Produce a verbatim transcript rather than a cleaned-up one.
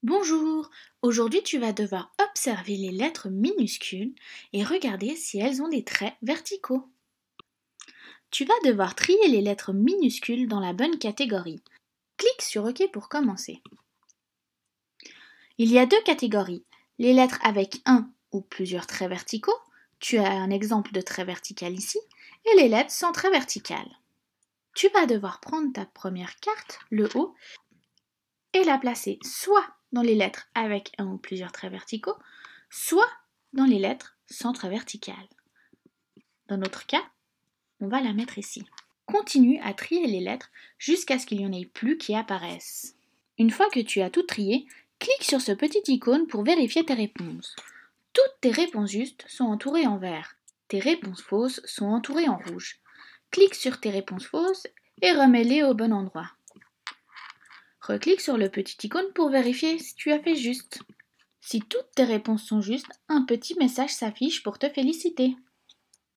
Bonjour, aujourd'hui tu vas devoir observer les lettres minuscules et regarder si elles ont des traits verticaux. Tu vas devoir trier les lettres minuscules dans la bonne catégorie. Clique sur OK pour commencer. Il y a deux catégories, les lettres avec un ou plusieurs traits verticaux, tu as un exemple de trait vertical ici, et les lettres sans trait vertical. Tu vas devoir prendre ta première carte, le haut, et la placer soit dans les lettres avec un ou plusieurs traits verticaux, soit dans les lettres sans trait vertical. Dans notre cas, on va la mettre ici. Continue à trier les lettres jusqu'à ce qu'il n'y en ait plus qui apparaissent. Une fois que tu as tout trié, clique sur ce petit icône pour vérifier tes réponses. Toutes tes réponses justes sont entourées en vert. Tes réponses fausses sont entourées en rouge. Clique sur tes réponses fausses et remets-les au bon endroit. Reclique sur le petit icône pour vérifier si tu as fait juste. Si toutes tes réponses sont justes, un petit message s'affiche pour te féliciter.